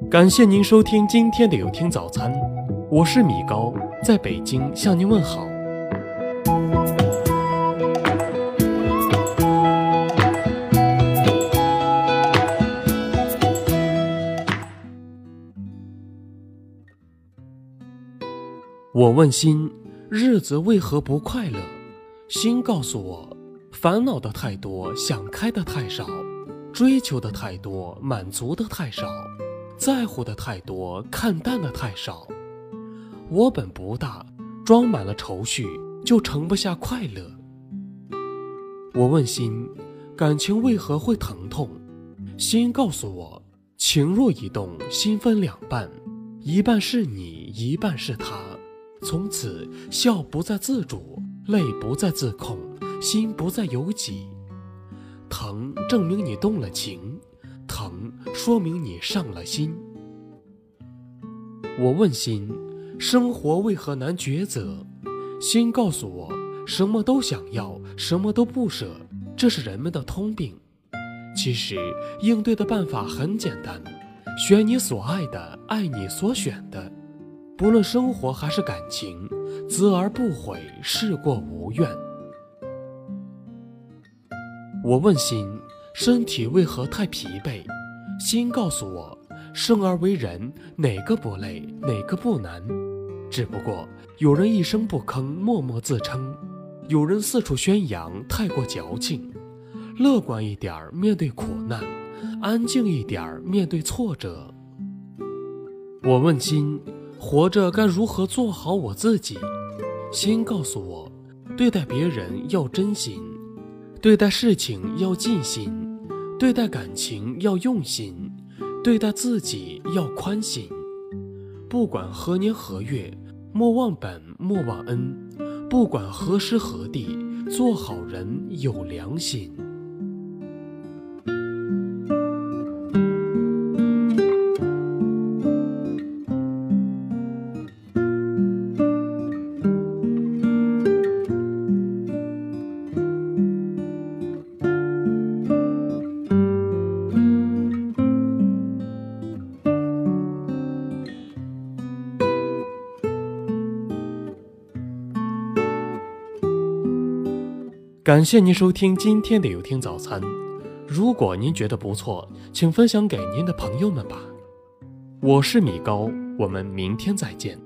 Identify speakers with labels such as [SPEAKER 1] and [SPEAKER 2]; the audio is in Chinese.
[SPEAKER 1] 感谢您收听今天的有听早餐，我是米高，在北京向您问好。我问心，日子为何不快乐？心告诉我，烦恼的太多，想开的太少，追求的太多，满足的太少，在乎的太多，看淡的太少。我本不大，装满了愁绪，就盛不下快乐。我问心，感情为何会疼痛？心告诉我，情若一动，心分两半，一半是你，一半是他。从此笑不再自主，泪不再自控，心不再由己。疼证明你动了情，疼说明你上了心。我问心，生活为何难抉择？心告诉我，什么都想要，什么都不舍，这是人们的通病。其实应对的办法很简单，选你所爱的，爱你所选的。不论生活还是感情，择而不悔，事过无怨。我问心，身体为何太疲惫？心告诉我，生而为人，哪个不累，哪个不难？只不过有人一声不吭，默默自称；有人四处宣扬，太过矫情。乐观一点面对苦难，安静一点面对挫折。我问心，活着该如何做好我自己？心告诉我，对待别人要真心，对待事情要尽心，对待感情要用心，对待自己要宽心。不管何年何月，莫忘本，莫忘恩。不管何时何地，做好人有良心。感谢您收听今天的有听早餐。如果您觉得不错，请分享给您的朋友们吧。我是米高，我们明天再见。